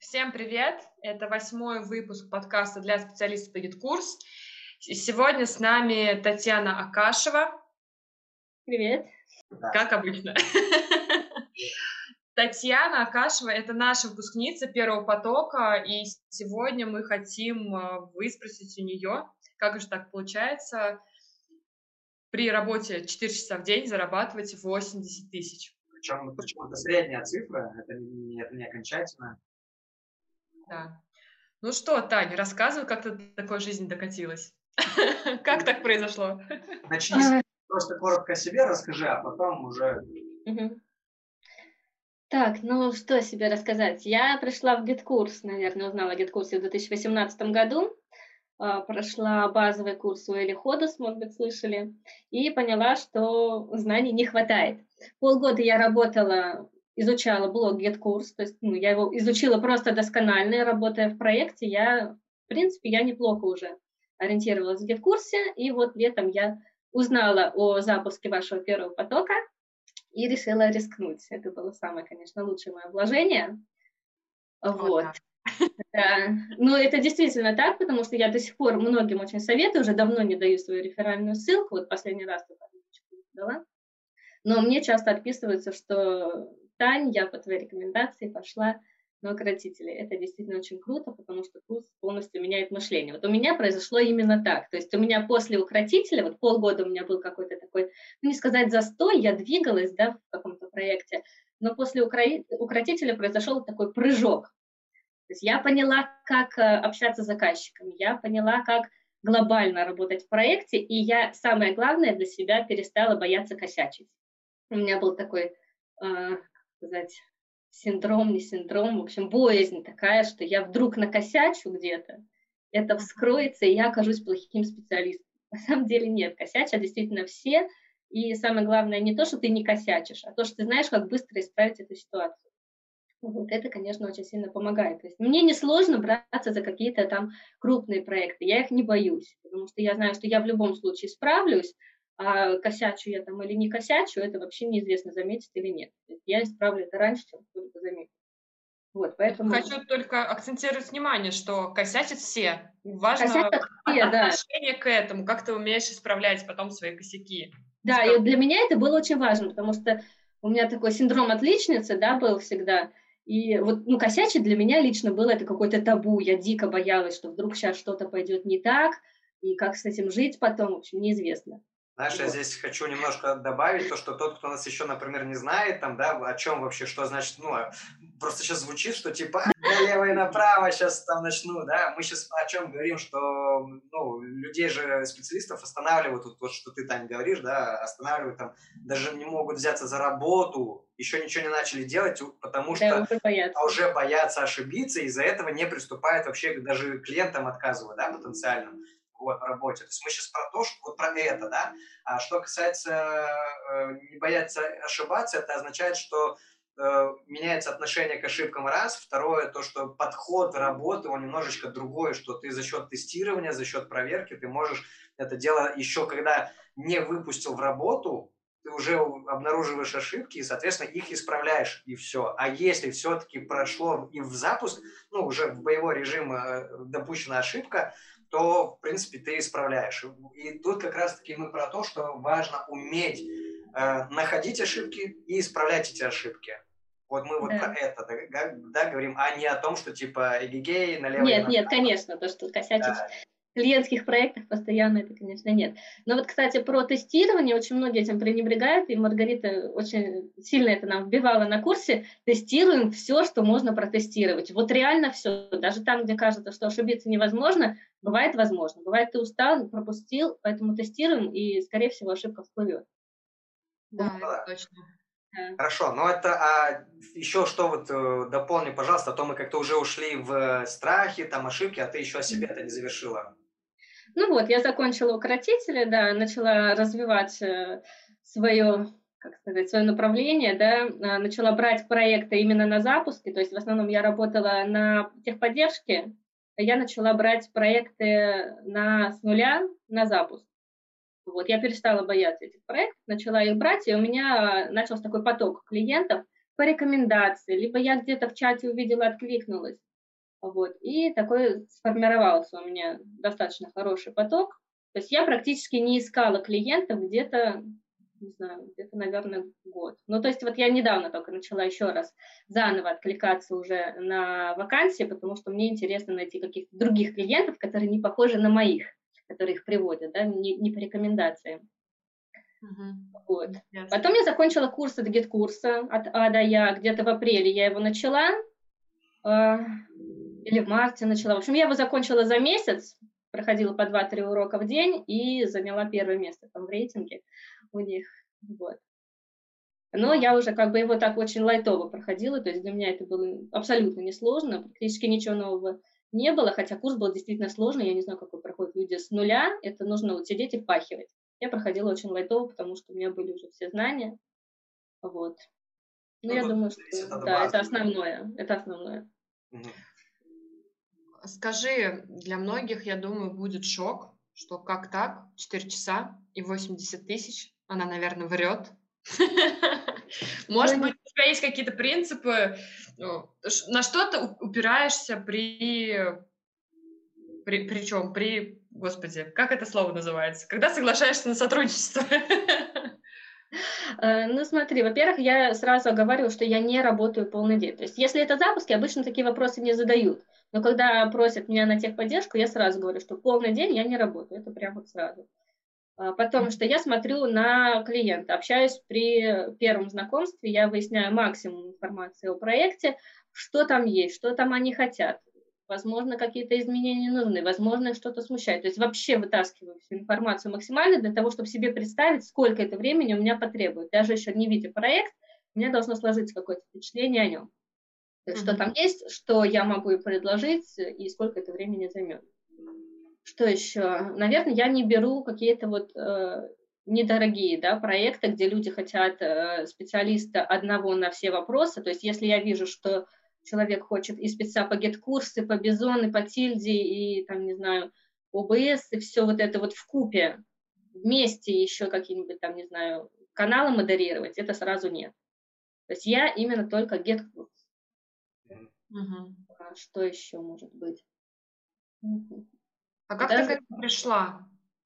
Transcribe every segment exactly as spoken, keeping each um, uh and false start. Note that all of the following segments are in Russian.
Всем привет! Это восьмой выпуск подкаста для специалистов по гид-курс. И сегодня с нами Татьяна Акашева. Привет. Как обычно. Татьяна Акашева– это наша выпускница первого потока, и сегодня мы хотим выспросить у нее, как же так получается, при работе четыре часа в день зарабатывать восемьдесят тысяч. Причем, причем это средняя цифра, это не, это не окончательно. Да. Ну что, Таня, рассказывай, как ты до такой жизни докатилась. Как так произошло? Начни с- просто коротко о себе расскажи, а потом уже... Мгм. Так, ну что о себе рассказать? Я пришла в гид-курс, наверное, узнала о гид-курсе в две тысячи восемнадцатом году. А, Прошла базовый курс у Эли Ходос, может быть, слышали, и поняла, что знаний не хватает. Полгода я работала, изучала блок гид-курс, то есть ну, я его изучила просто досконально, и работая в проекте, я, в принципе, я неплохо уже ориентировалась в гид-курсе, и вот летом я узнала о запуске вашего первого потока и решила рискнуть. Это было самое, конечно, лучшее мое вложение. Вот Вот. так. Да. Но это действительно так, потому что я до сих пор многим очень советую, уже давно не даю свою реферальную ссылку, вот последний раз только дала. Но мне часто отписываются, что Тань, я по твоей рекомендации пошла на укротители. Это действительно очень круто, потому что курс полностью меняет мышление. Вот у меня произошло именно так. То есть у меня после укротителя, вот полгода у меня был какой-то такой, ну не сказать застой, я двигалась, да, в каком-то проекте, но после укро- укротителя произошел такой прыжок. То есть я поняла, как э, общаться с заказчиками, я поняла, как глобально работать в проекте, и я, самое главное, для себя перестала бояться косячить. У меня был такой, э, как сказать, синдром, не синдром, в общем, боязнь такая, что я вдруг накосячу где-то, это вскроется, и я окажусь плохим специалистом. На самом деле нет, косячат действительно все, и самое главное не то, что ты не косячишь, а то, что ты знаешь, как быстро исправить эту ситуацию. Вот это, конечно, очень сильно помогает. То есть мне несложно браться за какие-то там крупные проекты, я их не боюсь, потому что я знаю, что я в любом случае справлюсь, а косячу я там или не косячу, это вообще неизвестно, заметит или нет. То есть я исправлю это раньше, чем кто-то заметит. Вот, поэтому Хочу только акцентировать внимание, что косячат все. Важно косячат от- все, да. отношение к этому, как ты умеешь исправлять потом свои косяки. Да, и вот для меня это было очень важно, потому что у меня такой синдром отличницы, да, был всегда. И вот, ну, косячить для меня лично было это какое-то табу. Я дико боялась, что вдруг сейчас что-то пойдет не так, и как с этим жить потом, в общем, неизвестно. Знаешь, я Вот. здесь хочу немножко добавить то, что тот, кто нас еще, например, не знает, там, да, о чем вообще, что значит, ну, а, просто сейчас звучит, что типа «А, налево и направо сейчас там начну, да, мы сейчас о чем говорим, что, ну, людей же, специалистов останавливают, вот, вот что ты, Таня, говоришь, да, останавливают там, даже не могут взяться за работу, еще ничего не начали делать, у- потому Да, что уже боятся. уже боятся ошибиться, и из-за этого не приступают вообще даже клиентам отказывают, да, потенциальным, вот, в работе. То есть мы сейчас про то, что вот про это, да. А что касается э, не бояться ошибаться, это означает, что э, меняется отношение к ошибкам раз. Второе, то, что подход работы, он немножечко другой, что ты за счет тестирования, за счет проверки, ты можешь это дело еще, когда не выпустил в работу, ты уже обнаруживаешь ошибки и, соответственно, их исправляешь, и все. А если все-таки прошло и в запуск, ну, уже в боевой режим э, допущена ошибка, то, в принципе, ты исправляешь. И тут как раз-таки мы про то, что важно уметь э, находить ошибки и исправлять эти ошибки. Вот мы вот Да. про это, да, да, говорим, а не о том, что типа эгегей, налево и Нет, направо. нет, конечно, то, что косячить Да. в клиентских проектах постоянно, это, конечно, нет. Но вот, кстати, про тестирование очень многие этим пренебрегают, и Маргарита очень сильно это нам вбивала на курсе. Тестируем все, что можно протестировать. Вот реально все. Даже там, где кажется, что ошибиться невозможно, бывает возможно. Бывает, ты устал, пропустил, поэтому тестируем, и, скорее всего, ошибка всплывет. Да, Ну это да. точно. Да. Хорошо, но это а еще что вот э, дополни, пожалуйста, а то мы как-то уже ушли в страхи, там ошибки, а ты еще о себе это не завершила. Ну вот, я закончила укротители, да, начала развивать э, свое, как сказать, свое направление, да, а, начала брать проекты именно на запуске, то есть в основном я работала на техподдержке, а я начала брать проекты на, с нуля на запуск. Вот, я перестала бояться этих проектов, начала их брать, и у меня начался такой поток клиентов по рекомендации, либо я где-то в чате увидела, откликнулась. Вот. И такой сформировался у меня достаточно хороший поток. То есть я практически не искала клиентов где-то, не знаю, где-то, наверное, год. Ну, то есть вот я недавно только начала еще раз заново откликаться уже на вакансии, потому что мне интересно найти каких-то других клиентов, которые не похожи на моих, которые их приводят, да, не, не по рекомендациям. Мгм. Вот. Ясно. Потом я закончила курс от гид-курса от А до Я. Где-то в апреле я его начала. э, Или в марте начала. В общем, я его закончила за месяц, проходила по два-три урока в день и заняла первое место там в рейтинге у них. Вот. Но я уже как бы его так очень лайтово проходила, то есть для меня это было абсолютно несложно, практически ничего нового не было, хотя курс был действительно сложный, я не знаю, как его проходят люди с нуля, это нужно вот сидеть и впахивать. Я проходила очень лайтово, потому что у меня были уже все знания, вот. Ну, Ну, я тут думаю, зависит что от да, это базы. основное, это основное. Мгм. Скажи, для многих, я думаю, будет шок, что как так, четыре часа и восемьдесят тысяч, она, наверное, врет. Может Ну, быть, у тебя есть какие-то принципы, ну, ш- на что ты у- упираешься при, при, причем при, господи, как это слово называется, когда соглашаешься на сотрудничество? Э, Ну, смотри, во-первых, я сразу оговариваю, что я не работаю полный день. То есть, если это запуски, обычно такие вопросы не задают. Но когда просят меня на техподдержку, я сразу говорю, что полный день я не работаю. Это прям вот сразу. А Потом, что я смотрю на клиента, общаюсь при первом знакомстве, я выясняю максимум информации о проекте, что там есть, что там они хотят. Возможно, какие-то изменения нужны, возможно, их что-то смущает. То есть вообще вытаскиваю всю информацию максимально для того, чтобы себе представить, сколько это времени у меня потребует. Даже еще не видя проект, у меня должно сложиться какое-то впечатление о нем. То есть что Мгм. там есть, что я могу и предложить, и сколько это времени займет. Что еще? Наверное, я не беру какие-то вот э, недорогие, да, проекты, где люди хотят э, специалиста одного на все вопросы. То есть если я вижу, что человек хочет и спеца по гет-курсы, по Бизон, и по Тильде, и там, не знаю, О Бэ Эс, и все вот это вот вкупе, вместе еще какие-нибудь там, не знаю, каналы модерировать, это сразу нет. То есть я именно только гет-курс. Мгм. Мгм. А что еще может быть? Мгм. А как ты к Даже этому пришла?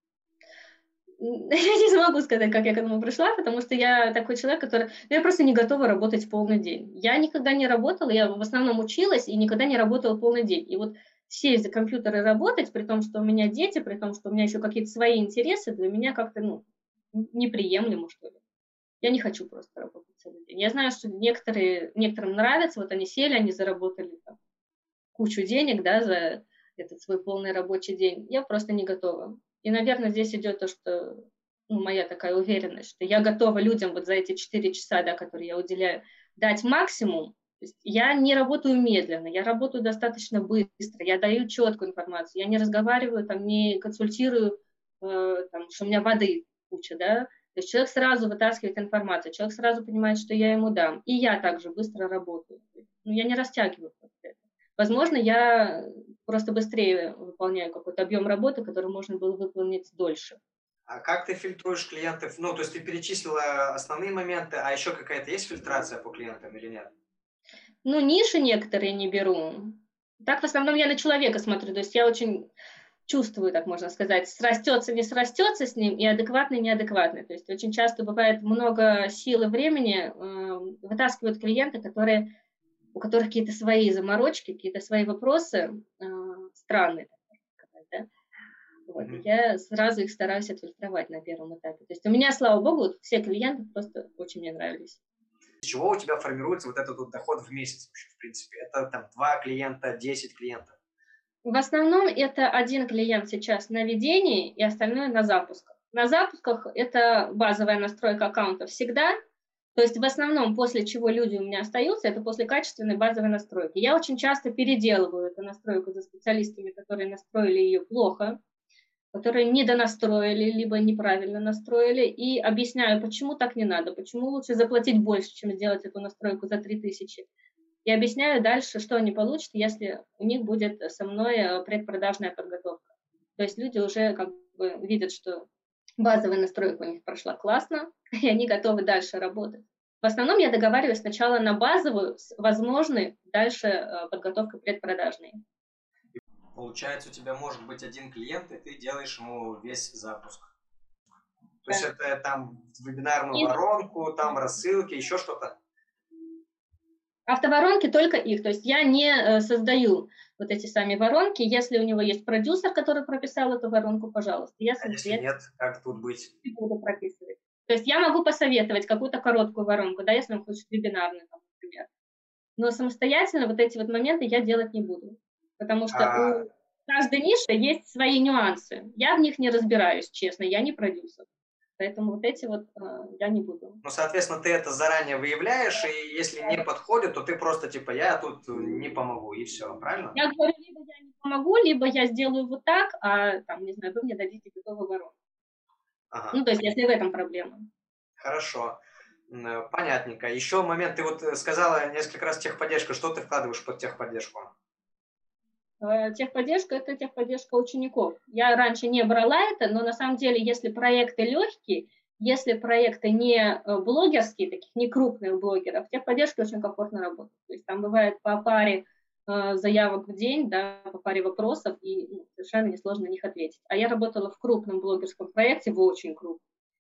Я не смогу сказать, как я к этому пришла, потому что я такой человек, который... ну, я просто не готова работать полный день. Я никогда не работала, я в основном училась и никогда не работала полный день. И вот сесть за компьютер и работать, при том, что у меня дети, при том, что у меня еще какие-то свои интересы, для меня как-то, ну, н- неприемлемо, что ли. Я не хочу просто работать целый день. Я знаю, что некоторые, некоторым нравится, вот они сели, они заработали там кучу денег, да, за этот свой полный рабочий день. Я просто не готова. И, наверное, здесь идет то, что ну, моя такая уверенность, что я готова людям вот за эти четыре часа, да, которые я уделяю, дать максимум. То есть я не работаю медленно, я работаю достаточно быстро, я даю четкую информацию, я не разговариваю, там, не консультирую, э, там, что у меня воды куча, да. То есть человек сразу вытаскивает информацию, человек сразу понимает, что я ему дам. И я также быстро работаю. Ну, я не растягиваю просто это. Возможно, я просто быстрее выполняю какой-то объем работы, который можно было выполнить дольше. А как ты фильтруешь клиентов? Ну, то есть ты перечислила основные моменты, а еще какая-то есть фильтрация по клиентам или нет? Ну, ниши некоторые не беру. Так, в основном я на человека смотрю, то есть я очень чувствую, так можно сказать, срастется, не срастется с ним, и адекватный, неадекватный. То есть очень часто бывает много сил и времени э, вытаскивают клиенты, которые, у которых какие-то свои заморочки, какие-то свои вопросы э, странные, так можно сказать, да. Вот, и Мгм. я сразу их стараюсь отфильтровать на первом этапе. То есть у меня, слава богу, вот все клиенты просто очень мне нравились. Из чего у тебя формируется вот этот вот доход в месяц вообще, в принципе? Это там два клиента, десять клиентов. В основном это один клиент сейчас на ведении и остальное на запусках. На запусках это базовая настройка аккаунта всегда. То есть в основном после чего люди у меня остаются, это после качественной базовой настройки. Я очень часто переделываю эту настройку за специалистами, которые настроили ее плохо, которые недонастроили, либо неправильно настроили, и объясняю, почему так не надо, почему лучше заплатить больше, чем сделать эту настройку за три тысячи. И объясняю дальше, что они получат, если у них будет со мной э, предпродажная подготовка. То есть люди уже как бы видят, что базовая настройка у них прошла классно, и они готовы дальше работать. В основном я договариваюсь сначала на базовую, с возможной дальше э, подготовкой предпродажной. Получается, у тебя может быть один клиент, и ты делаешь ему весь запуск. То Да. есть это там вебинарную И воронку, там рассылки, еще что-то? автоворонки только их. То есть я не э, создаю вот эти сами воронки. Если у него есть продюсер, который прописал эту воронку, пожалуйста, я А если самостоятельно нет, как тут быть? не буду прописывать. То есть я могу посоветовать какую-то короткую воронку, да, если он хочет вебинарную, там, например. Но самостоятельно вот эти вот моменты я делать не буду. Потому что А, у каждой ниши есть свои нюансы. Я в них не разбираюсь, честно, я не продюсер. Поэтому вот эти вот э, я не буду. ну, соответственно, ты это заранее выявляешь, и если не подходит, то ты просто типа, я тут не помогу, и все, правильно? Я говорю, либо я не помогу, либо я сделаю вот так, а там, не знаю, вы мне дадите готовый воронку. Ага. Ну, то есть, если в этом проблема. Хорошо. М, э, Понятненько. Еще момент, ты вот э, сказала несколько раз техподдержка. Что ты вкладываешь под техподдержку? Э, Техподдержка– это техподдержка учеников. Я раньше не брала это, но на самом деле, если проекты легкие, если проекты не э, блогерские, таких не крупных блогеров, техподдержка очень комфортно работает. То есть там бывает по паре э, заявок в день, да, по паре вопросов, и ну, совершенно несложно на них ответить. А я работала в крупном блогерском проекте, в очень крупном.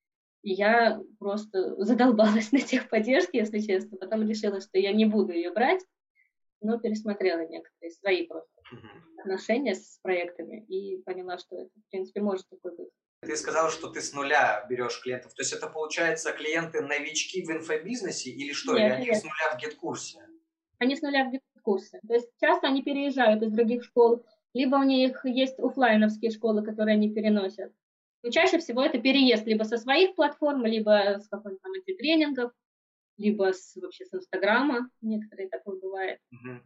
И я просто задолбалась на техподдержке, если честно. Потом решила, что я не буду ее брать, но пересмотрела некоторые свои просто Мгм. отношения с проектами и поняла, что это, в принципе, может такой быть. Ты сказала, что ты с нуля берешь клиентов. То есть это, получается, клиенты-новички в инфобизнесе или что? Или Нет, они нет, с нуля в гид-курсе? они с нуля в курсы. То есть часто они переезжают из других школ, либо у них есть оффлайновские школы, которые они переносят. Но чаще всего это переезд либо со своих платформ, либо с какой-то там тренингов, либо с, вообще с Инстаграма. Некоторые такое бывает. Мгм.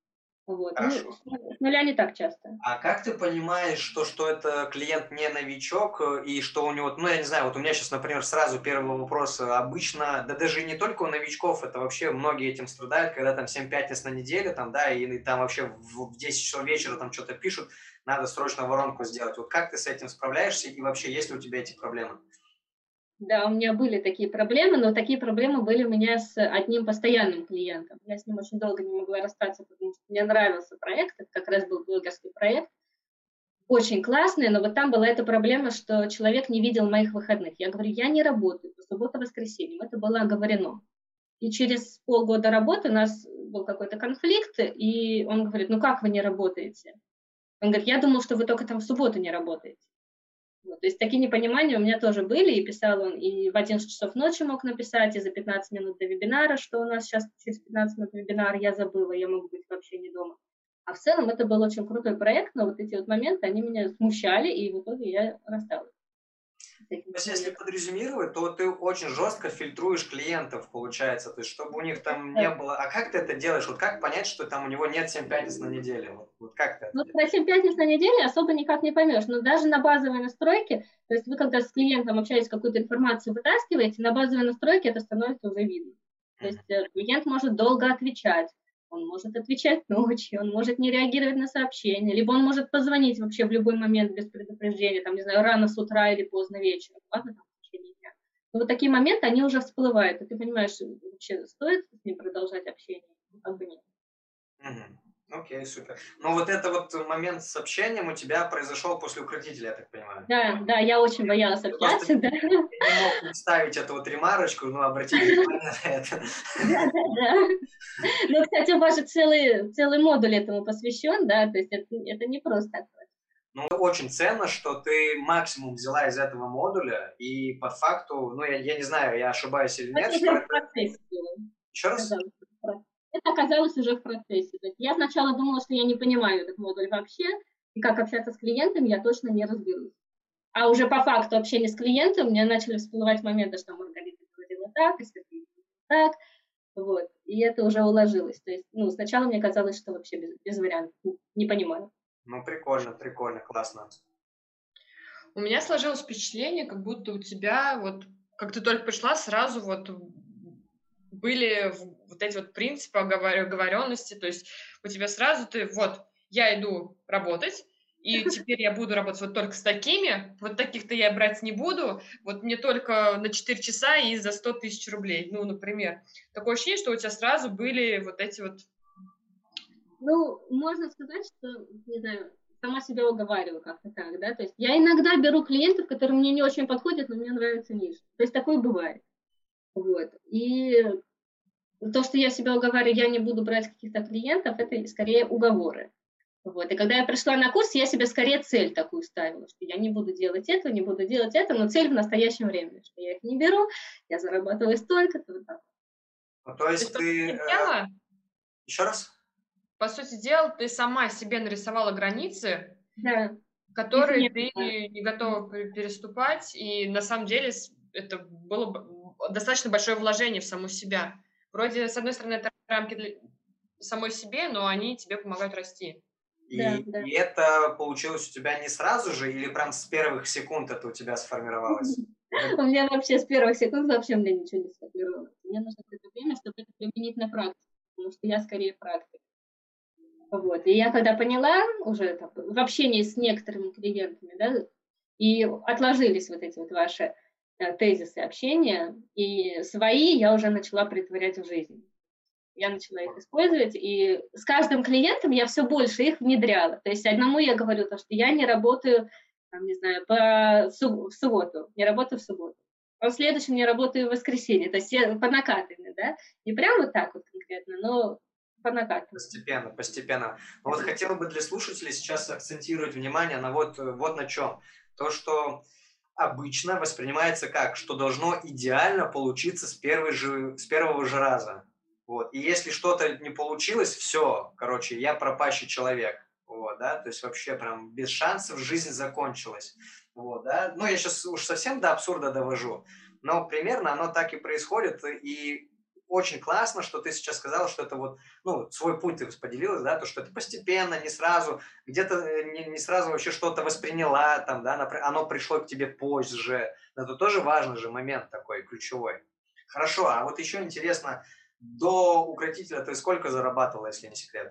Вот. Ну, Хорошо. с нуля не так часто. А как ты понимаешь, что, что это клиент не новичок, э, и что у него, ну, я не знаю, вот у меня сейчас, например, сразу первый вопрос. э, Обычно, да даже не только у новичков, это вообще многие этим страдают, когда там семь пятниц на неделю, там, да, и, и там вообще в, в десять часов вечера там что-то пишут, надо срочно воронку сделать. Вот как ты с этим справляешься, и вообще есть ли у тебя эти проблемы? Да, у меня были такие проблемы, но такие проблемы были у меня с одним постоянным клиентом. Я с ним очень долго не могла расстаться, потому что мне нравился проект, это как раз был блогерский проект, очень классный, но вот там была эта проблема, что человек не видел моих выходных. Я говорю, я не работаю по субботу-воскресеньям, это было оговорено. И через полгода работы у нас был какой-то конфликт, и он говорит, ну как вы не работаете? Он говорит, я думал, что вы только там в субботу не работаете. Вот, то есть такие непонимания у меня тоже были, и писал он и в одиннадцать часов ночи мог написать, и за пятнадцать минут до вебинара, что у нас сейчас через пятнадцать минут вебинар, я забыла, я могу быть вообще не дома. А в целом это был очень крутой проект, но вот эти вот моменты, они меня смущали, и в итоге я рассталась с этим То есть, если человеком. подрезюмировать, то ты очень жестко фильтруешь клиентов, получается, то есть, чтобы у них там не Э, было... А как ты это делаешь? Вот как понять, что там у него нет семь пятниц на неделю? Вот, вот как ты это Ну, делаешь? про семь пятниц на неделе особо никак не поймешь, но даже на базовой настройке, то есть вы когда с клиентом общаетесь, какую-то информацию вытаскиваете, на базовой настройке это становится уже видно. То есть э, клиент может долго отвечать, он может отвечать ночью, он может не реагировать на сообщения, либо он может позвонить вообще в любой момент без предупреждения, там, не знаю, рано с утра или поздно вечером, ладно, там, в течение дня. Но вот такие моменты, они уже всплывают, и ты понимаешь, вообще стоит с ним продолжать общение, ну, как бы нет. Мгм. Окей, супер. Но вот это вот момент с общением у тебя произошел после укротителя, я так понимаю. Да, да, я очень боялась Ты просто общаться, да. не мог не вставить эту вот ремарочку, ну, обрати внимание на это. Да-да-да. Ну, кстати, у вас же целый, целый модуль этому посвящен, да, то есть это, это не просто так. Ну, очень ценно, что ты максимум взяла из этого модуля, и по факту, ну, я, я не знаю, я ошибаюсь или нет, Это что уже в это... процессе было. Еще раз? Оказалось, это в процессе. Это оказалось уже в процессе. То есть я сначала думала, что я не понимаю этот модуль вообще, и как общаться с клиентами я точно не разберусь. А уже по факту общения с клиентом мне начали всплывать моменты, что Маргарита говорила так, и Сергей так, вот, и это уже уложилось. То есть, ну, сначала мне казалось, что вообще без, без вариантов, не понимаю. Ну, прикольно, прикольно, классно. У меня сложилось впечатление, как будто у тебя, вот, как ты только пришла, сразу вот были вот эти вот принципы оговоренности, то есть у тебя сразу ты, вот, я иду работать, и теперь я буду работать вот только с такими, вот таких-то я брать не буду, вот мне только на четыре часа и за сто тысяч рублей, ну, например. Такое ощущение, что у тебя сразу были вот эти вот... Ну, можно сказать, что, не знаю, сама себя уговариваю как-то так, да, то есть я иногда беру клиентов, которые мне не очень подходят, но мне нравится ниша, то есть такое бывает, вот, и то, что я себя уговариваю, я не буду брать каких-то клиентов, это скорее уговоры. Вот. И когда я пришла на курс, я себе скорее цель такую ставила, что я не буду делать этого, не буду делать это, но цель в настоящем времени, что я их не беру, я зарабатываю столько-то. Вот так. Ну, то есть по ты... сути э, дела, Еще раз? по сути дела, ты сама себе нарисовала границы, Да. которые Их ты нет. не готова пе- переступать, и на самом деле с- это было бы достаточно большое вложение в саму себя. Вроде, с одной стороны, это рамки для самой себе, но они тебе помогают расти. Да, И, да. и это получилось у тебя не сразу же, или прям с первых секунд это у тебя сформировалось? У меня вообще с первых секунд вообще мне ничего не сформировалось. Мне нужно какое-то время, чтобы это применить на практике, потому что я скорее практик. Вот. И я когда поняла уже там, в общении с некоторыми клиентами, да, и отложились вот эти вот ваши э, тезисы общения, и свои я уже начала притворять в жизнь. Я начала их использовать, и с каждым клиентом я все больше их внедряла. То есть одному я говорю то, что я не работаю, там, не знаю, по, в субботу, не работаю в субботу. А в следующем не работаю в воскресенье. То есть я по накатанной, да, не прям вот так вот конкретно, но по накатанной. Постепенно, постепенно. Но вот хотел бы для слушателей сейчас акцентировать внимание на вот, э, вот на чем. То, что обычно воспринимается как, что должно идеально получиться с, первой же, с первого же раза. Вот. И если что-то не получилось, все, короче, я пропащий человек. Вот, да, то есть вообще прям без шансов жизнь закончилась. Вот, да. Ну, я сейчас уж совсем до абсурда довожу, но примерно оно так и происходит, и очень классно, что ты сейчас сказала, что это вот, ну, свой путь ты поделилась, да, то, что это постепенно, не сразу, где-то не, не сразу вообще что-то восприняла, там, да, например, оно пришло к тебе позже. Это тоже важный же момент такой, ключевой. Хорошо, а вот еще интересно, до укротителя ты сколько зарабатывала, если не секрет?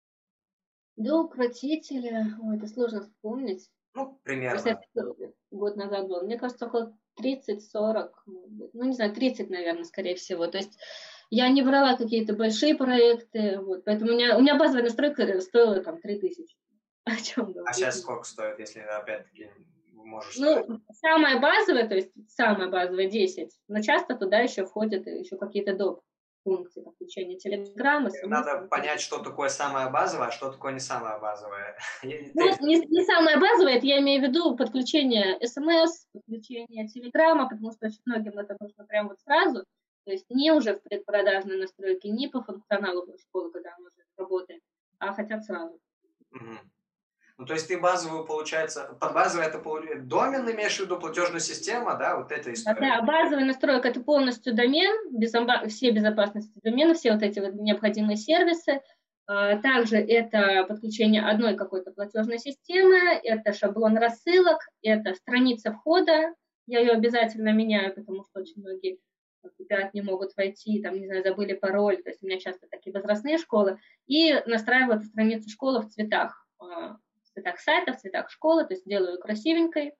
До укротителя, ой, это сложно вспомнить. Ну, Просто примерно. это год назад было. Мне кажется, около тридцать-сорок, может быть. Ну, не знаю, тридцать, наверное, скорее всего. То есть я не брала какие-то большие проекты, вот, поэтому у меня, у меня базовая настройка стоила там три тысячи. О чем А говорить? сейчас сколько стоит, если опять-таки можешь сказать? Ну, самая базовая, то есть самая базовая десять, но часто туда еще входят еще какие-то доп. Функции подключения телеграммы, смс. Надо понять, что такое самое базовое, а что такое не самое базовое. Ну, вот не, не самое базовое, это я имею в виду подключение смс, подключение телеграмма, потому что очень многим это нужно прямо вот сразу, то есть не уже в предпродажной настройке, не по функционалу школы, когда мы уже работаем, а хотят сразу. Мгм. Ну, то есть ты базовую, получается, под базовой это полу- домен, имеешь в виду, платежная система, да, вот эта Да, история. да, базовая настройка – это полностью домен, безоба- все безопасности домена, все вот эти вот необходимые сервисы. А, Также это подключение одной какой-то платежной системы, это шаблон рассылок, это страница входа. Я ее обязательно меняю, потому что очень многие ребят не могут войти, там, не знаю, забыли пароль. То есть у меня часто такие возрастные школы. И настраиваю эту страницу школы в цветах, а, в цветах сайта, в цветах школы, то есть делаю красивенькой.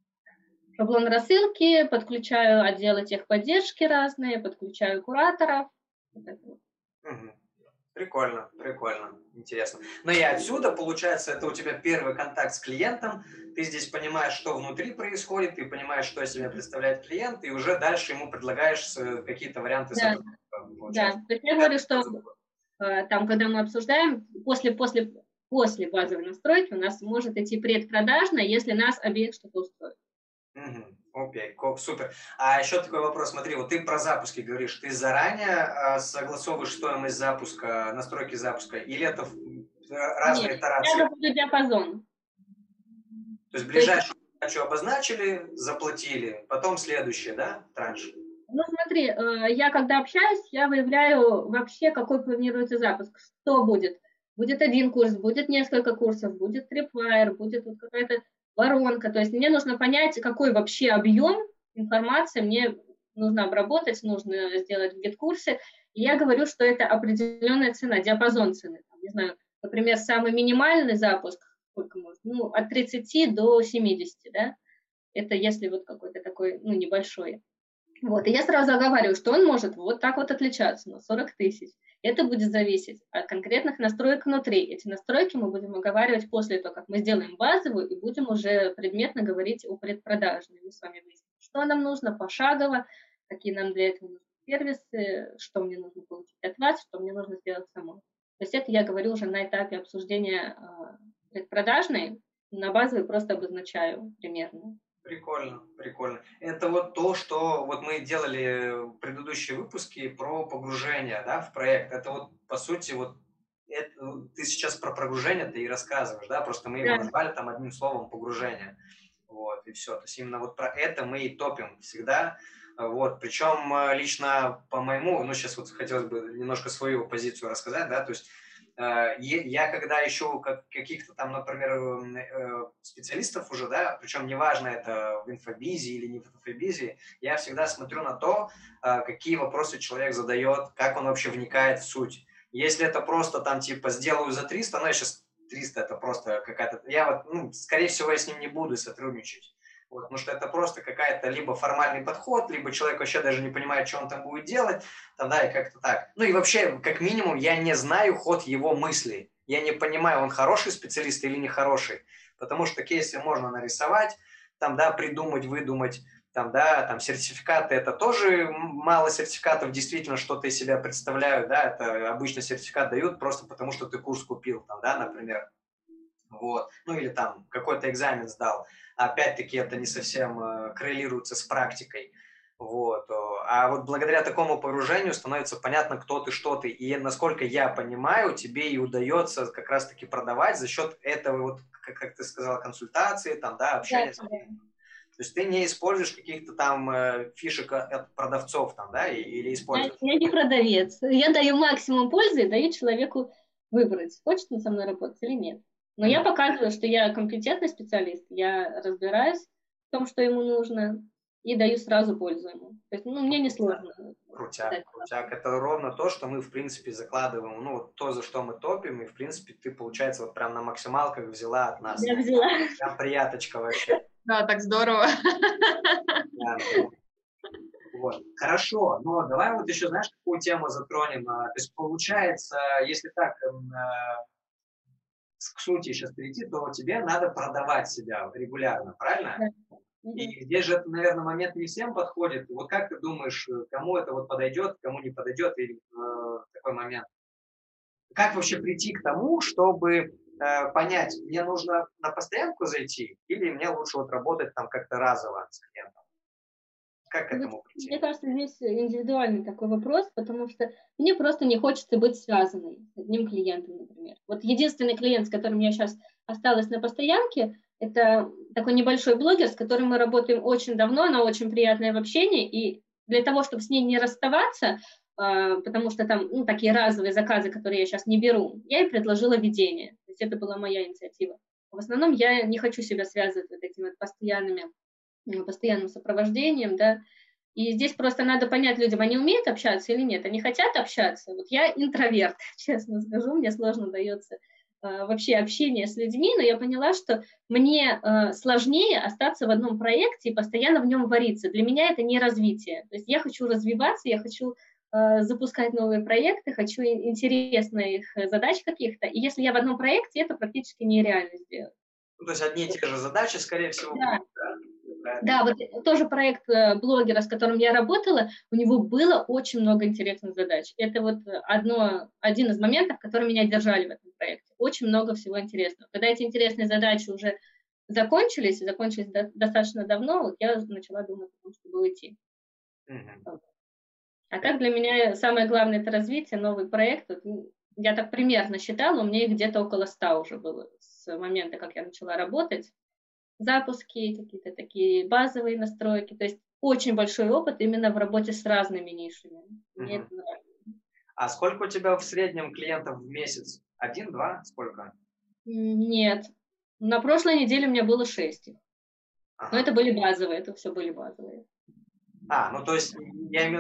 Шаблон рассылки, подключаю отделы техподдержки разные, подключаю кураторов. Вот это вот. Мгм. Прикольно, прикольно, интересно. Ну и отсюда, получается, это у тебя первый контакт с клиентом, ты здесь понимаешь, что внутри происходит, ты понимаешь, что из себя представляет клиент, и уже дальше ему предлагаешь э, какие-то варианты Да, сотрудничества, да. получается. То есть я говорю, что э, там, когда мы обсуждаем, после, после, после базовой настройки у нас может идти предпродажная, если нас обеих что-то устроит. Мгм. Окей, ко- супер. А еще такой вопрос, смотри, вот ты про запуски говоришь, ты заранее а, согласовываешь стоимость запуска, настройки запуска, или это в- м, Нет, разные я итерации? говорю диапазон. То есть То есть, ближайшую задачу обозначили, заплатили, потом следующее, да, транш? ну смотри, э, я когда общаюсь, я выявляю вообще, какой планируется запуск, что будет. Будет один курс, будет несколько курсов, будет трипвайр, будет вот какая-то воронка. То есть мне нужно понять, какой вообще объем информации мне нужно обработать, нужно сделать в гид-курсе. И я говорю, что это определенная цена, диапазон цены. Там, не знаю, например, самый минимальный запуск, сколько может, ну, от тридцати до семидесяти, да, это если вот какой-то такой, ну, небольшой. Вот, и я сразу оговариваю, что он может вот так вот отличаться на сорок тысяч. Это будет зависеть от конкретных настроек внутри. Эти настройки мы будем оговаривать после того, как мы сделаем базовую, и будем уже предметно говорить о предпродажной. Мы с вами выясним, что нам нужно пошагово, какие нам для этого нужны сервисы, что мне нужно получить от вас, что мне нужно сделать самой. То есть это я говорю уже на этапе обсуждения э, предпродажной, на базовой просто обозначаю примерно. Прикольно, прикольно. Это вот то, что вот мы делали в предыдущие выпуски про погружение, да, в проект. Это вот, по сути, вот это, ты сейчас про погружение ты и рассказываешь, да, просто мы его Да. назвали там одним словом погружение. Вот, и все. То есть именно вот про это мы и топим всегда. Вот, причем лично по моему, ну, сейчас вот хотелось бы немножко свою позицию рассказать, да, то есть я когда ищу каких-то там, например, специалистов уже, да, причем неважно, это в инфобизе или не в инфобизе, я всегда смотрю на то, какие вопросы человек задает, как он вообще вникает в суть. Если это просто там типа сделаю за триста, ну я сейчас триста это просто какая-то, я вот, ну, скорее всего, я с ним не буду сотрудничать. Вот, потому что это просто какая-то либо формальный подход, либо человек вообще даже не понимает, что он там будет делать, там, да, и как-то так. Ну и вообще, как минимум, я не знаю ход его мыслей. Я не понимаю, он хороший специалист или нехороший. Потому что кейсы можно нарисовать, там, да, придумать, выдумать, там, да, там, сертификаты, это тоже мало сертификатов действительно что-то из себя представляют, да, это обычно сертификат дают просто потому, что ты курс купил, там, да, например. Вот. Ну или там какой-то экзамен сдал. Опять-таки это не совсем э, коррелируется с практикой. Вот. А вот благодаря такому погружению становится понятно, кто ты, что ты. И насколько я понимаю, тебе и удается как раз-таки продавать за счет этого, вот, как, как ты сказала, консультации, там, да, общения. Да, да. То есть ты не используешь каких-то там э, фишек от продавцов, там, да, или используешь? Я, я не продавец. Я даю максимум пользы и даю человеку выбрать, хочет он со мной работать или нет. Но я показываю, что я компетентный специалист, я разбираюсь в том, что ему нужно, и даю сразу пользу ему. То есть, ну, мне не сложно. Крутяк, крутяк. Это ровно то, что мы, в принципе, закладываем. Ну, вот то, за что мы топим, и, в принципе, ты, получается, вот прям на максималках взяла от нас. Я взяла. Прям прияточка вообще. Да, так здорово. Да. Вот. Хорошо, но давай вот еще, знаешь, какую тему затронем? То есть, получается, если так к сути сейчас перейти, то тебе надо продавать себя регулярно, правильно? Да. И здесь же, наверное, момент не всем подходит. Вот как ты думаешь, кому это вот подойдет, кому не подойдет, или э, такой момент? Как вообще прийти к тому, чтобы э, понять, мне нужно на постоянку зайти, или мне лучше вот работать там как-то разово с клиентом? Как к этому прийти? Мне кажется, здесь индивидуальный такой вопрос, потому что мне просто не хочется быть связанной с одним клиентом, например. Вот единственный клиент, с которым я сейчас осталась на постоянке, это такой небольшой блогер, с которым мы работаем очень давно, она очень приятная в общении, и для того, чтобы с ней не расставаться, потому что там ну, такие разовые заказы, которые я сейчас не беру, я ей предложила ведение. То есть это была моя инициатива. В основном я не хочу себя связывать вот этими вот постоянными постоянным сопровождением, да, и здесь просто надо понять людям, они умеют общаться или нет, они хотят общаться. Вот я интроверт, честно скажу, мне сложно дается э, вообще общение с людьми, но я поняла, что мне э, сложнее остаться в одном проекте и постоянно в нем вариться. Для меня это не развитие. То есть я хочу развиваться, я хочу э, запускать новые проекты, хочу интересных задач каких-то, и если я в одном проекте, это практически нереально сделать. Ну, то есть одни и те же задачи, скорее всего, да. будут, да? Да, вот тоже проект блогера, с которым я работала, у него было очень много интересных задач. Это вот одно, один из моментов, которые меня держали в этом проекте. Очень много всего интересного. Когда эти интересные задачи уже закончились, и закончились до, достаточно давно, вот я начала думать о том, чтобы уйти. Mm-hmm. А так для меня самое главное – это развитие, новый проект. Вот, я так примерно считала, у меня их где-то около ста уже было с момента, как я начала работать. Запуски, какие-то такие базовые настройки. То есть очень большой опыт именно в работе с разными нишами. Мне угу. это нравится. А сколько у тебя в среднем клиентов в месяц? Один, два? Сколько? Нет. На прошлой неделе у меня было шесть. Ага. Но это были базовые, это все были базовые. А, ну то есть я имею в виду,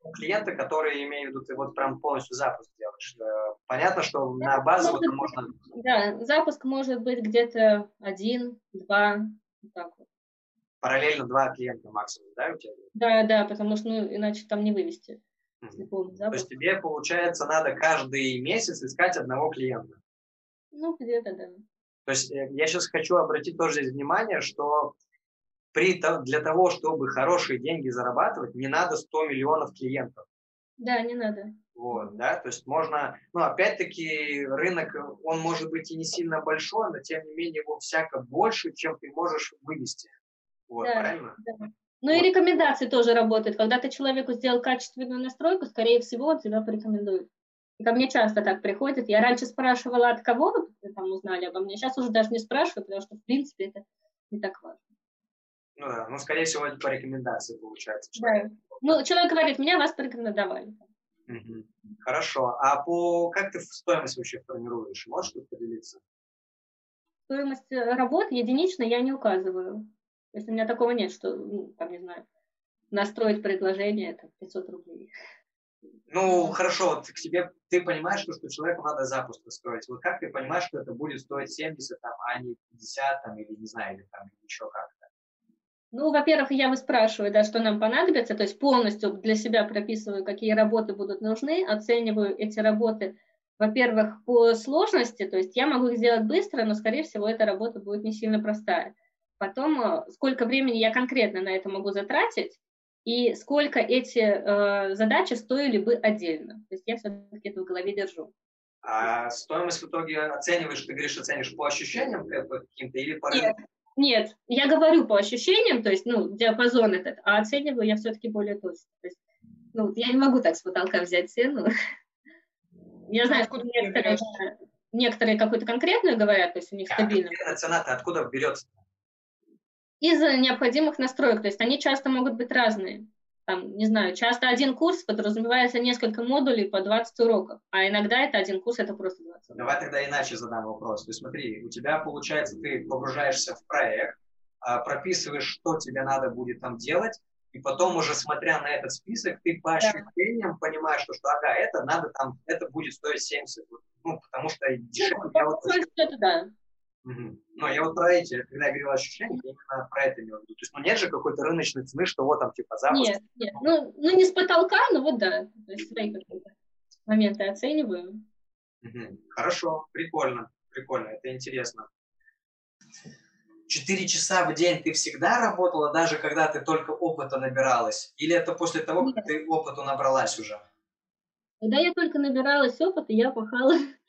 клиента, которые, имею в виду, ты вот прям полностью запуск делаешь. Э, Понятно, что на Запуск базовом может это быть, можно... да, запуск может быть где-то один, два, вот так вот. Параллельно два клиента максимум, да, у тебя? Да, да, потому что, ну, иначе там не вывести, если Мгм. полный То есть запуск. тебе, получается, надо каждый месяц искать одного клиента. Ну, где-то, да. То есть э, я сейчас хочу обратить тоже здесь внимание, что при, то- для того, чтобы хорошие деньги зарабатывать, не надо сто миллионов клиентов. Да, не надо. Вот, Мгм. да, то есть можно, ну, опять-таки, рынок, э, он может быть и не сильно большой, но тем не менее его всяко больше, чем ты можешь вывести. Вот, Да, правильно? да. Ну и Вот. рекомендации тоже работают. Когда ты человеку сделал качественную настройку, скорее всего, он тебя порекомендует. И ко мне часто так приходит. Я раньше спрашивала, от кого вы там узнали обо мне. Сейчас уже даже не спрашиваю, потому что, в принципе, это не так важно. Ну да, ну, скорее всего, это по рекомендации получается человек. Да. Ну, человек говорит, меня вас порекомендовали. Мгм. Хорошо. А по как ты в стоимость вообще формируешь? Можешь тут поделиться? Стоимость э, работ единично я не указываю. То есть у меня такого нет, что, ну, там, не знаю, настроить предложение, это пятьсот рублей. Ну, хорошо, вот к тебе, ты понимаешь, что, что человеку надо запуск настроить. Вот как ты понимаешь, что это будет стоить семьдесят, там, а не пятьдесят, там, или не знаю, или там еще как? Ну, во-первых, я выспрашиваю, да, что нам понадобится, то есть полностью для себя прописываю, какие работы будут нужны, оцениваю эти работы, во-первых, по сложности, то есть я могу их сделать быстро, но, скорее всего, эта работа будет не сильно простая. Потом, э, сколько времени я конкретно на это могу затратить, и сколько эти э, задачи стоили бы отдельно. То есть я все-таки это в голове держу. А стоимость в итоге оцениваешь, ты говоришь, оценишь по ощущениям как бы каким-то или по Нет, рынку? нет, я говорю по ощущениям, то есть, ну, диапазон этот, а оцениваю я все-таки более точно. То есть, ну, вот я не могу так с потолка взять цену. Я Ну, знаю, что откуда ты ее некоторые, берешь? да, некоторые какую-то конкретную говорят, то есть у них А стабильно. примерно цена-то откуда берется? Из необходимых настроек, то есть они часто могут быть разные. Там, не знаю, часто один курс подразумевается несколько модулей по двадцать уроков, а иногда это один курс, это просто двадцать уроков. Давай тогда иначе задам вопрос. То есть смотри, у тебя получается, ты погружаешься в проект, а, прописываешь, что тебе надо будет там делать, и потом уже смотря на этот список, ты по Да. ощущениям понимаешь, что, что ага, это надо там, это будет стоить семьдесят. Вот, ну, потому что дешевле Ну, я по вот большому вообще... счету, да. Мгм. Ну, я вот про эти, когда я говорил ощущения, я именно про это имел в виду. То есть, ну, нет же какой-то рыночной цены, что вот там типа запуск. Нет, нет. Ну, ну, не с потолка, но вот да. То есть свои какие-то моменты оцениваю. Мгм. Хорошо, прикольно, прикольно, это интересно. Четыре часа в день ты всегда работала, даже когда ты только опыта набиралась? Или это после того, как Нет. ты опыту набралась уже? Когда я только набиралась опыта, я пахала,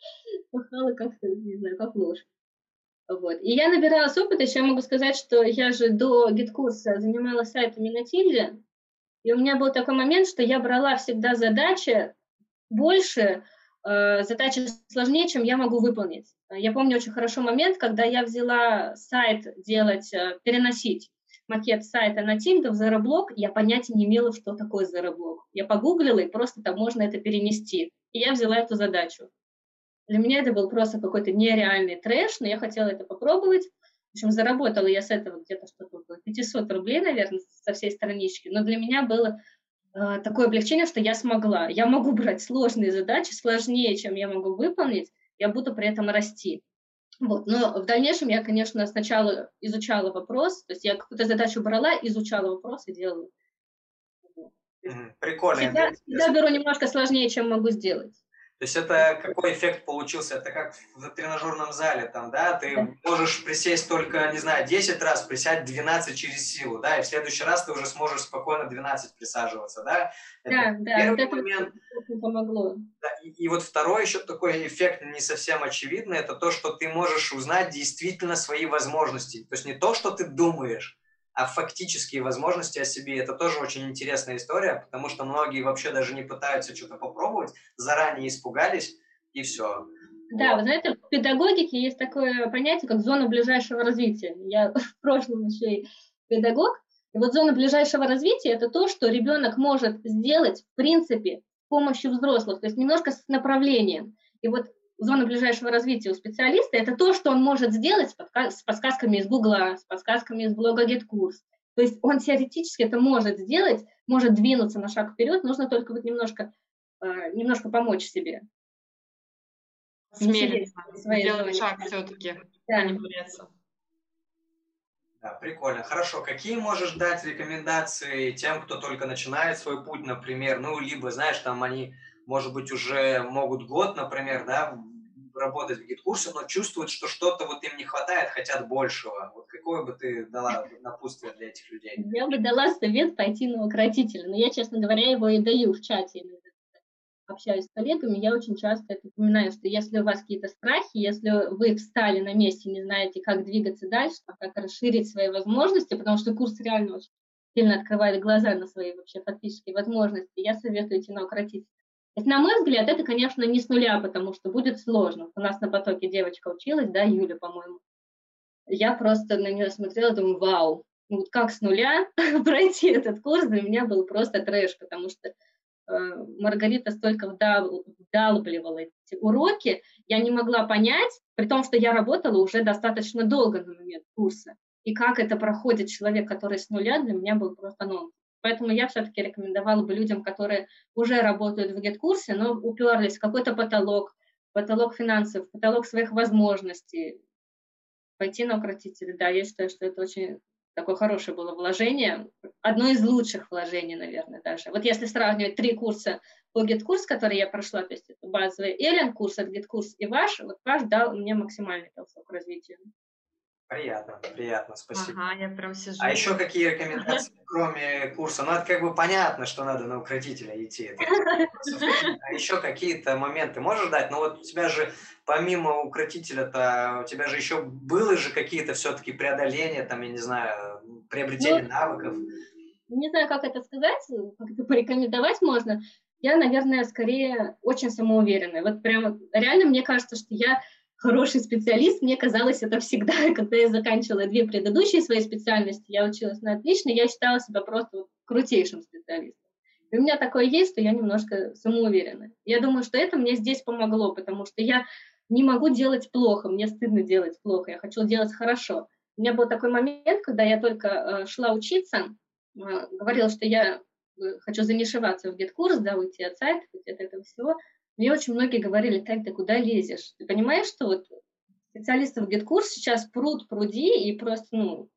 пахала как-то, не знаю, как лошадь. Вот. И я набиралась опыта, еще я могу сказать, что я же до гид-курса занималась сайтами на Тильде, и у меня был такой момент, что я брала всегда задачи больше, э, задачи сложнее, чем я могу выполнить. Я помню очень хорошо момент, когда я взяла сайт делать, э, переносить макет сайта на Тильду в Zero Block, я понятия не имела, что такое Zero Block. Я погуглила, и просто там можно это перенести. И я взяла эту задачу. Для меня это был просто какой-то нереальный трэш, но я хотела это попробовать. В общем, заработала я с этого где-то что-то около пятьсот рублей, наверное, со всей странички. Но для меня было э, такое облегчение, что я смогла. Я могу брать сложные задачи, сложнее, чем я могу выполнить, я буду при этом расти. Вот. Но в дальнейшем я, конечно, сначала изучала вопрос, то есть я какую-то задачу брала, изучала вопрос и делала. Вот. То есть Мгм. Прикольно, это всегда, всегда интересно. беру немножко сложнее, чем могу сделать. То есть это какой эффект получился? Это как в тренажерном зале, там, да, Да, ты можешь присесть только, не знаю, десять раз, присядь двенадцать через силу, да, и в следующий раз ты уже сможешь спокойно двенадцать присаживаться, да. Это да, да, вот первый это момент. очень помогло. Да, и, и вот второй еще такой эффект не совсем очевидный, это то, что ты можешь узнать действительно свои возможности. То есть не то, что ты думаешь, а фактические возможности о себе. Это тоже очень интересная история, потому что многие вообще даже не пытаются что-то попробовать, заранее испугались, и все. Да, Вот. вы знаете, в педагогике есть такое понятие, как зона ближайшего развития. Я в прошлом еще и педагог. И вот зона ближайшего развития – это то, что ребенок может сделать, в принципе, с помощью взрослых, то есть немножко с направлением. И вот зона ближайшего развития у специалиста – это то, что он может сделать с, подка- с подсказками из Гугла, с подсказками из блога GetCourse. То есть он теоретически это может сделать, может двинуться на шаг вперед, нужно только вот немножко, э, немножко помочь себе. Не сидеть Осмелиться, в своей сделать зоне. шаг все-таки, а Да. не бояться. Да, прикольно. Хорошо. Какие можешь дать рекомендации тем, кто только начинает свой путь, например, ну, либо, знаешь, там они, может быть, уже могут год, например, да, работать в гид-курсе, но чувствуют, что что-то вот им не хватает, хотят большего. Вот какое бы ты дала напутствие для этих людей? Я бы дала совет пойти на укротителя, но я, честно говоря, его и даю в чате. Общаюсь с коллегами, я очень часто это упоминаю, что если у вас какие-то страхи, если вы встали на месте и не знаете, как двигаться дальше, как расширить свои возможности, потому что курс реально очень сильно открывает глаза на свои вообще фактические возможности, я советую идти на укротителя. То есть, на мой взгляд, это, конечно, не с нуля, потому что будет сложно. У нас на потоке девочка училась, да, Юля, по-моему. Я просто на нее смотрела, думаю, вау, ну вот как с нуля пройти этот курс для меня был просто трэш, потому что Маргарита столько вдал, вдалбливала эти уроки, я не могла понять, при том, что я работала уже достаточно долго на момент курса. И как это проходит человек, который с нуля, для меня был просто нонсенс. Поэтому я все-таки рекомендовала бы людям, которые уже работают в гид-курсе, но уперлись в какой-то потолок, потолок финансов, потолок своих возможностей, пойти на укротителя. Да, я считаю, что это очень такое хорошее было вложение, одно из лучших вложений, наверное, даже. Вот если сравнивать три курса по гид-курс, которые я прошла, то есть это базовый Эллен-курс, от гид-курс и ваш, вот ваш дал мне максимальный толчок к развитию. Приятно, приятно, спасибо. Ага, я прям сижу. А еще какие рекомендации, кроме курса? Ну, это как бы понятно, что надо на укротителя идти. Это а еще какие-то моменты можешь дать? Ну, вот у тебя же, помимо укротителя-то, у тебя же еще было же какие-то все-таки преодоления, там, я не знаю, приобретение Ну, навыков. Не знаю, как это сказать, как это порекомендовать можно. Я, наверное, скорее очень самоуверенная. Вот прям реально мне кажется, что я хороший специалист. Мне казалось это всегда, когда я заканчивала две предыдущие свои специальности, я училась на отлично, я считала себя просто вот крутейшим специалистом. И у меня такое есть, что я немножко самоуверенная. Я думаю, что это мне здесь помогло, потому что я не могу делать плохо, мне стыдно делать плохо, я хочу делать хорошо. У меня был такой момент, когда я только э, шла учиться, э, говорила, что я э, хочу занишеваться в гид-курс, да, уйти от сайта, уйти от этого всего. Мне очень многие говорили: так, ты куда лезешь? Ты понимаешь, что вот специалистов гид-курс сейчас пруд пруди и просто, ну,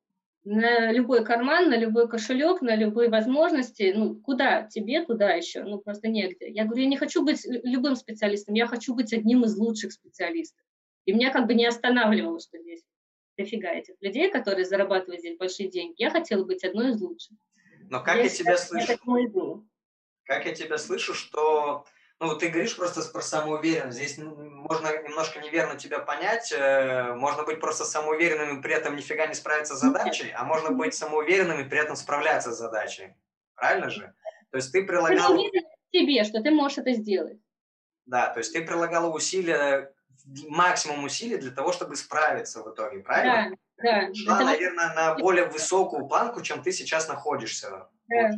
на любой карман, на любой кошелек, на любые возможности, ну, куда тебе, туда еще, ну, просто негде. Я говорю, я не хочу быть любым специалистом, я хочу быть одним из лучших специалистов. И меня как бы не останавливало, что здесь дофига этих людей, которые зарабатывают здесь большие деньги. Я хотела быть одной из лучших. Но как я, я тебя считаю, слышу? Как я тебя слышу, что... Ну, ты говоришь просто про самоуверенность. Здесь можно немножко неверно тебя понять. Можно быть просто самоуверенным и при этом нифига не справиться с задачей, а можно быть самоуверенным и при этом справляться с задачей. Правильно же? То есть ты прилагал... Ты уверен в себе, что ты можешь это сделать. Да, то есть ты прилагала усилия, максимум усилий для того, чтобы справиться в итоге, правильно? Да, да. Шла, наверное, на более высокую планку, чем ты сейчас находишься. Да.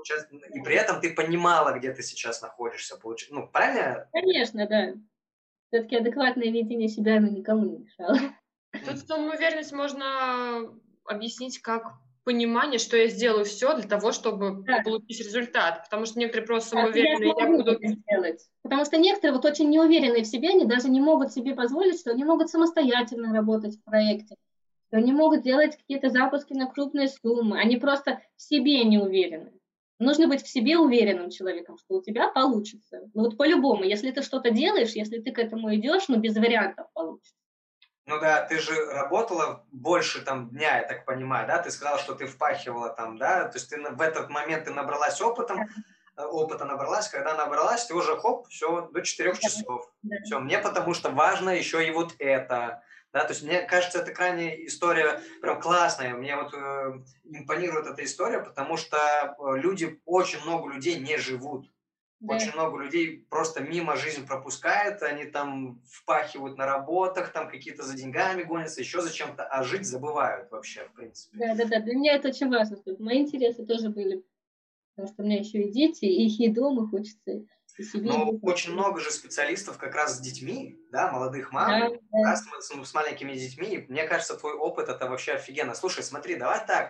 И при этом ты понимала, где ты сейчас находишься. Ну, правильно? Конечно, да. Все-таки адекватное видение себя, оно никому не мешало. Тут самоуверенность можно объяснить как понимание, что я сделаю все для того, чтобы да. получить результат. Потому что некоторые просто самоуверенные. Я, я буду это сделать. Потому что некоторые вот очень неуверенные в себе, они даже не могут себе позволить, что они могут самостоятельно работать в проекте, что они могут делать какие-то запуски на крупные суммы. Они просто в себе не уверены. Нужно быть в себе уверенным человеком, что у тебя получится. Ну вот по-любому, если ты что-то делаешь, если ты к этому идешь, ну без вариантов получится. Ну да, ты же работала больше там дня, я так понимаю, да? Ты сказала, что ты впахивала там, да? То есть ты в этот момент ты набралась опытом, да. опыта набралась, когда набралась, ты уже хоп, все, до четырех да. часов. Да. Все, мне потому что важно еще и вот это. Да, то есть мне кажется, это крайне история прям классная. Мне вот э, импонирует эта история, потому что люди, очень много людей не живут. Да. Очень много людей просто мимо жизнь пропускает, они там впахивают на работах, там какие-то за деньгами гонятся, еще за чем-то, а жить забывают вообще, в принципе. Да, да, да, для меня это очень важно, чтобы мои интересы тоже были, потому что у меня еще и дети, и их и дома хочется. Ну, очень много же специалистов как раз с детьми, да, молодых мам, да, да. Да, с, с, с маленькими детьми. И мне кажется, твой опыт это вообще офигенно. Слушай, смотри, давай так.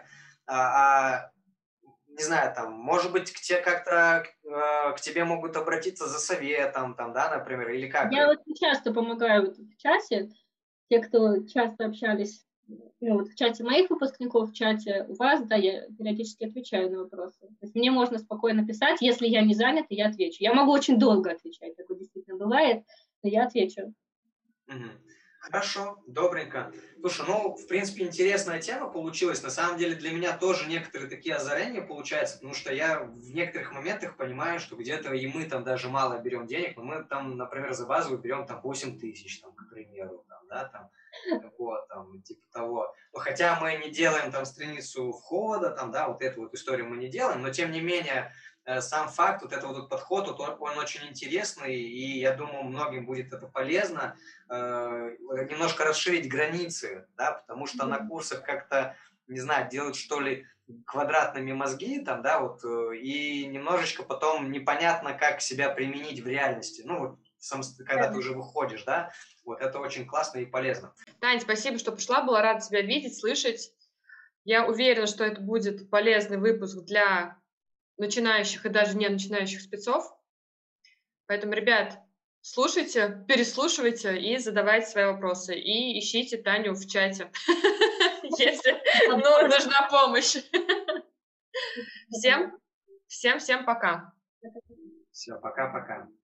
а, а не знаю, там, может быть, к тебе как-то э, к тебе могут обратиться за советом, там, да, например, или как? Я очень часто помогаю вот в чате, те, кто часто общались, ну, вот в чате моих выпускников, в чате у вас, да, я периодически отвечаю на вопросы. То есть мне можно спокойно писать, если я не занята, я отвечу. Я могу очень долго отвечать, такое действительно бывает, но я отвечу. Мгм. Хорошо, добренько. Слушай, ну, в принципе, интересная тема получилась. На самом деле для меня тоже некоторые такие озарения получаются, потому что я в некоторых моментах понимаю, что где-то и мы там даже мало берем денег, но мы там, например, за базовую берем там восемь тысяч, там, к примеру, там, да, там, вот, там, типа того. Но хотя мы не делаем там страницу входа, там, да, вот эту вот историю мы не делаем, но тем не менее э, сам факт, вот этот вот подход, вот он, он очень интересный, и я думаю, многим будет это полезно, э, немножко расширить границы, да, потому что на курсах как-то, не знаю, делают что ли квадратными мозги, там, да, вот, э, и немножечко потом непонятно, как себя применить в реальности, ну, вот, сам- когда ты уже выходишь, да, вот, это очень классно и полезно. Тань, спасибо, что пришла, была рада тебя видеть, слышать. Я уверена, что это будет полезный выпуск для начинающих и даже не начинающих спецов. Поэтому, ребят, слушайте, переслушивайте и задавайте свои вопросы. И ищите Таню в чате, если ну, нужна помощь. Всем, всем, всем пока. Все, пока-пока.